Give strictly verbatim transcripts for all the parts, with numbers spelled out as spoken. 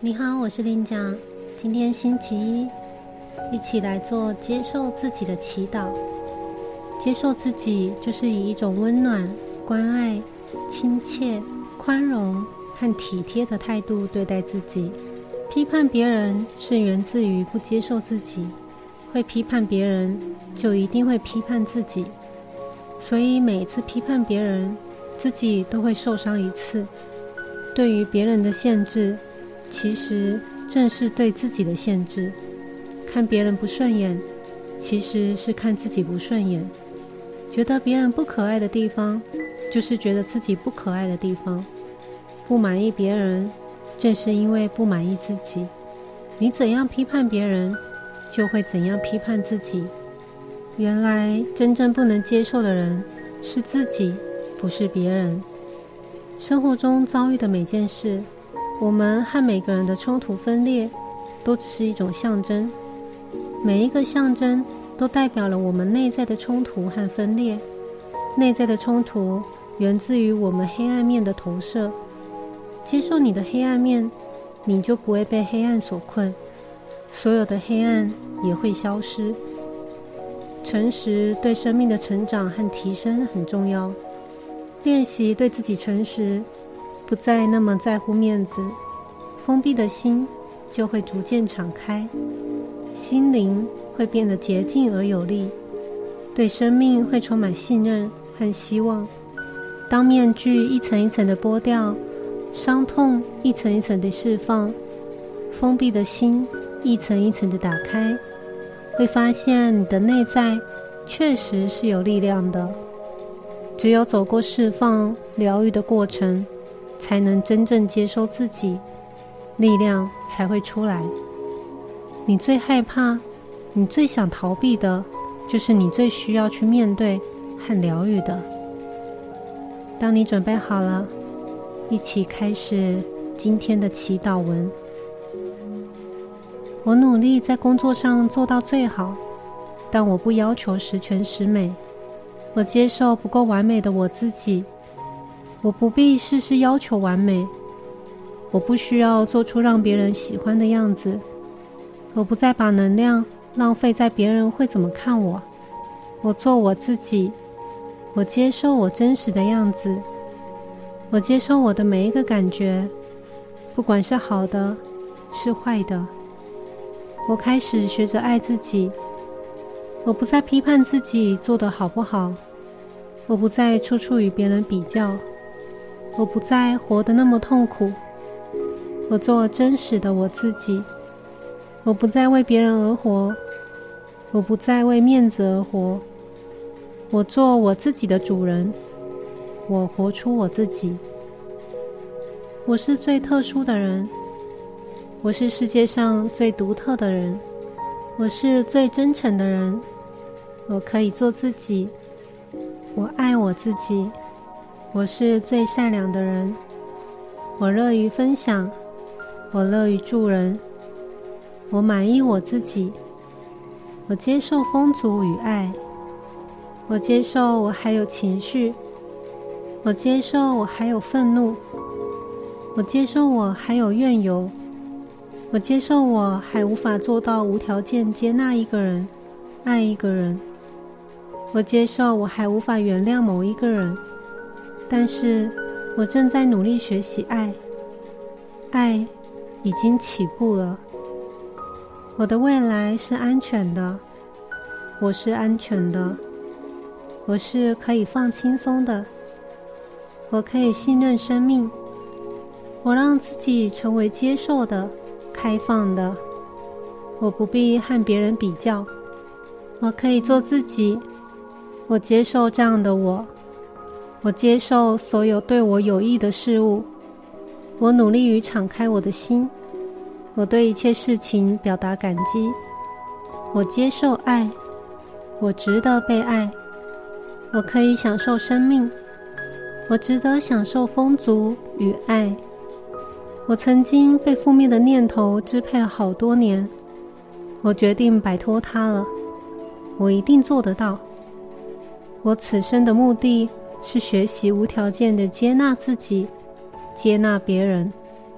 你好，我是林佳。今天星期一，一起来做接受自己的祈祷。接受自己，就是以一种温暖、关爱、亲切、宽容和体贴的态度对待自己。批判别人是源自于不接受自己，会批判别人，就一定会批判自己。所以每一次批判别人，自己都会受伤一次。对于别人的限制，其实正是对自己的限制。看别人不顺眼，其实是看自己不顺眼。觉得别人不可爱的地方，就是觉得自己不可爱的地方。不满意别人，正是因为不满意自己。你怎样批判别人，就会怎样批判自己。原来真正不能接受的人是自己，不是别人。生活中遭遇的每件事，我们和每个人的冲突分裂，都只是一种象征。每一个象征都代表了我们内在的冲突和分裂。内在的冲突源自于我们黑暗面的投射。接受你的黑暗面，你就不会被黑暗所困，所有的黑暗也会消失。诚实对生命的成长和提升很重要。练习对自己诚实，不再那么在乎面子，封闭的心就会逐渐敞开，心灵会变得洁净而有力，对生命会充满信任和希望。当面具一层一层的剥掉，伤痛一层一层的释放，封闭的心一层一层的打开，会发现你的内在确实是有力量的。只有走过释放、疗愈的过程，才能真正接受自己，力量才会出来。你最害怕、你最想逃避的，就是你最需要去面对和疗愈的。当你准备好了，一起开始今天的祈祷文。我努力在工作上做到最好，但我不要求十全十美。我接受不够完美的我自己，我不必事事要求完美。我不需要做出让别人喜欢的样子。我不再把能量浪费在别人会怎么看我。我做我自己，我接受我真实的样子。我接受我的每一个感觉，不管是好的，是坏的。我开始学着爱自己。我不再批判自己做得好不好，我不再处处与别人比较，我不再活得那么痛苦。我做真实的我自己，我不再为别人而活，我不再为面子而活。我做我自己的主人，我活出我自己。我是最特殊的人，我是世界上最独特的人，我是最真诚的人。我可以做自己，我爱我自己，我是最善良的人，我乐于分享，我乐于助人，我满意我自己，我接受丰足与爱，我接受我还有情绪，我接受我还有愤怒，我接受我还有怨尤，我接受我还无法做到无条件接纳一个人，爱一个人。我接受我还无法原谅某一个人，但是我正在努力学习爱。爱已经起步了。我的未来是安全的，我是安全的，我是可以放轻松的，我可以信任生命，我让自己成为接受的、开放的，我不必和别人比较，我可以做自己。我接受这样的我，我接受所有对我有益的事物，我努力于敞开我的心，我对一切事情表达感激，我接受爱，我值得被爱，我可以享受生命，我值得享受丰足与爱。我曾经被负面的念头支配了好多年，我决定摆脱它了，我一定做得到。我此生的目的是学习无条件的接纳自己，接纳别人。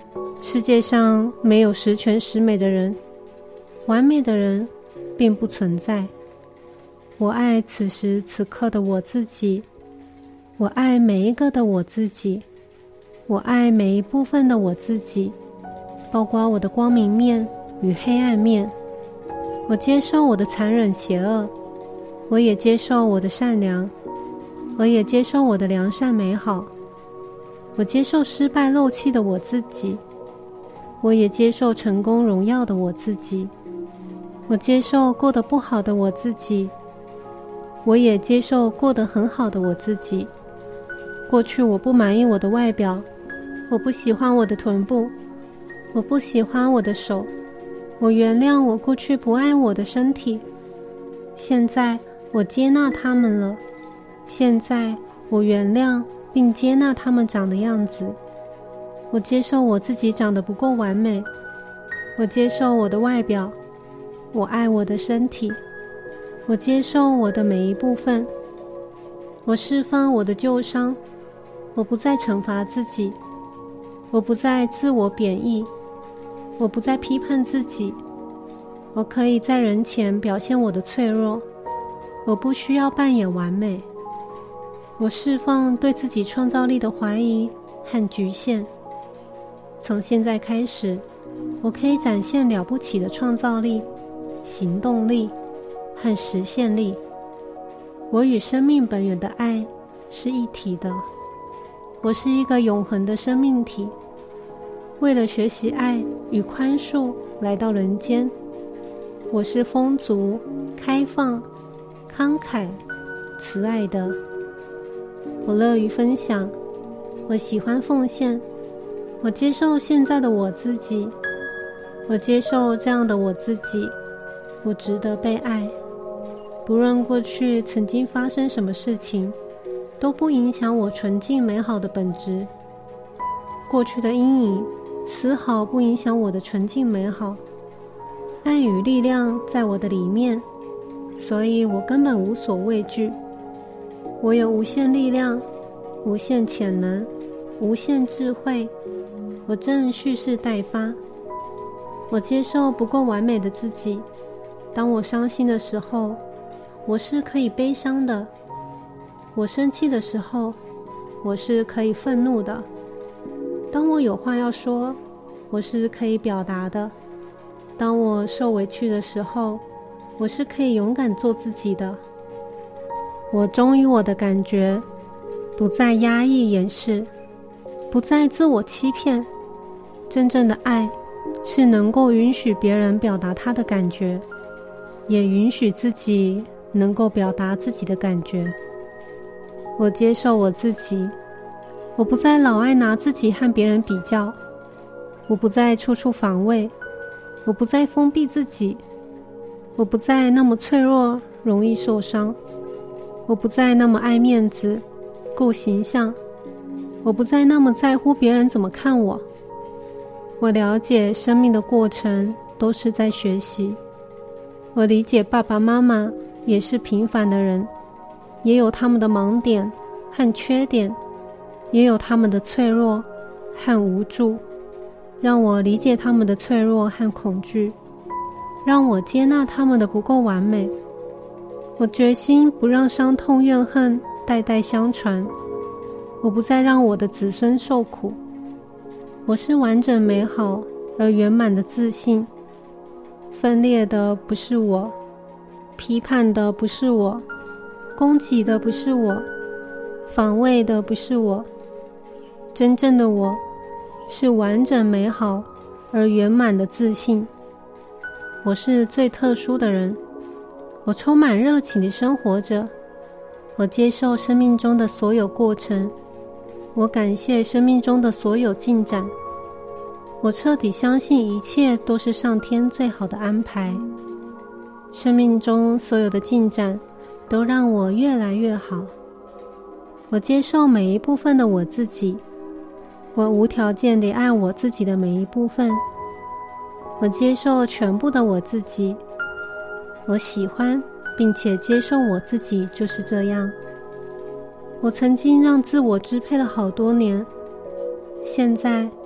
世界上没有十全十美的人，完美的人并不存在。我爱此时此刻的我自己，我爱每一个的我自己，我爱每一部分的我自己，包括我的光明面与黑暗面。我接受我的残忍邪恶，我也接受我的善良，我也接受我的良善美好。我接受失败漏气的我自己，我也接受成功荣耀的我自己。我接受过得不好的我自己，我也接受过得很好的我自己。过去我不满意我的外表，我不喜欢我的臀部，我不喜欢我的手，我原谅我过去不爱我的身体。现在我接纳他们了，现在我原谅并接纳他们长的样子。我接受我自己长得不够完美，我接受我的外表，我爱我的身体，我接受我的每一部分。我释放我的旧伤，我不再惩罚自己，我不再自我贬义，我不再批判自己。我可以在人前表现我的脆弱，我不需要扮演完美。我释放对自己创造力的怀疑和局限。从现在开始，我可以展现了不起的创造力、行动力和实现力。我与生命本源的爱是一体的，我是一个永恒的生命体，为了学习爱与宽恕来到人间。我是丰足、开放、慷慨、慈爱的。我乐于分享，我喜欢奉献，我接受现在的我自己，我接受这样的我自己，我值得被爱。不论过去曾经发生什么事情，都不影响我纯净美好的本质。过去的阴影丝毫不影响我的纯净美好。爱与力量在我的里面，所以我根本无所畏惧。我有无限力量、无限潜能、无限智慧，我正蓄势待发。我接受不够完美的自己，当我伤心的时候，我是可以悲伤的；我生气的时候，我是可以愤怒的；当我有话要说，我是可以表达的；当我受委屈的时候，我是可以勇敢做自己的。我忠于我的感觉，不再压抑掩饰，不再自我欺骗。真正的爱是能够允许别人表达他的感觉，也允许自己能够表达自己的感觉。我接受我自己，我不再老爱拿自己和别人比较，我不再处处防卫，我不再封闭自己，我不再那么脆弱，容易受伤，我不再那么爱面子，顾形象，我不再那么在乎别人怎么看我。我了解生命的过程都是在学习，我理解爸爸妈妈也是平凡的人，也有他们的盲点和缺点，也有他们的脆弱和无助。让我理解他们的脆弱和恐惧，让我接纳他们的不够完美。我决心不让伤痛怨恨代代相传，我不再让我的子孙受苦。我是完整美好而圆满的自信，分裂的不是我，批判的不是我，攻击的不是我，防卫的不是我。真正的我是完整美好而圆满的自信。我是最特殊的人，我充满热情地生活着，我接受生命中的所有过程，我感谢生命中的所有进展，我彻底相信一切都是上天最好的安排。生命中所有的进展都让我越来越好。我接受每一部分的我自己，我无条件地爱我自己的每一部分。我接受全部的我自己，我喜欢并且接受我自己就是这样。我曾经让自我支配了好多年，现在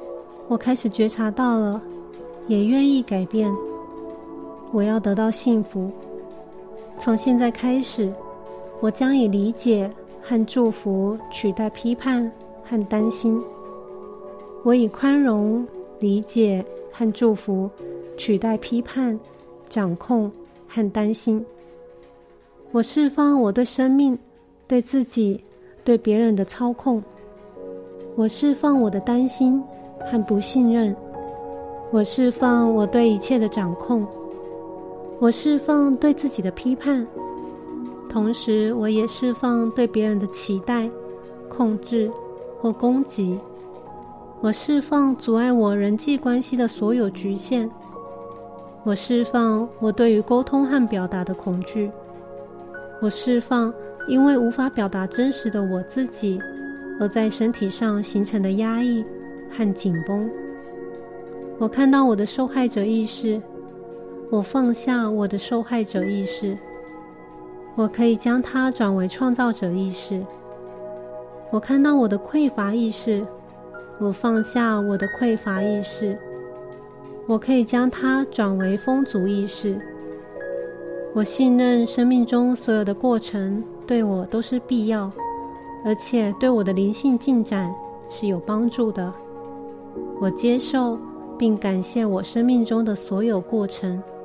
我开始觉察到了，也愿意改变。我要得到幸福。从现在开始，我将以理解和祝福取代批判和担心。我以宽容、理解和祝福取代批判、掌控和担心。我释放我对生命、对自己、对别人的操控。我释放我的担心和不信任。我释放我对一切的掌控。我释放对自己的批判，同时我也释放对别人的期待、控制或攻击。我释放阻碍我人际关系的所有局限。我释放我对于沟通和表达的恐惧。我释放因为无法表达真实的我自己而在身体上形成的压抑和紧绷。我看到我的受害者意识，我放下我的受害者意识，我可以将它转为创造者意识。我看到我的匮乏意识，我放下我的匮乏意识，我可以将它转为丰足意识。我信任生命中所有的过程对我都是必要，而且对我的灵性进展是有帮助的。我接受并感谢我生命中的所有过程。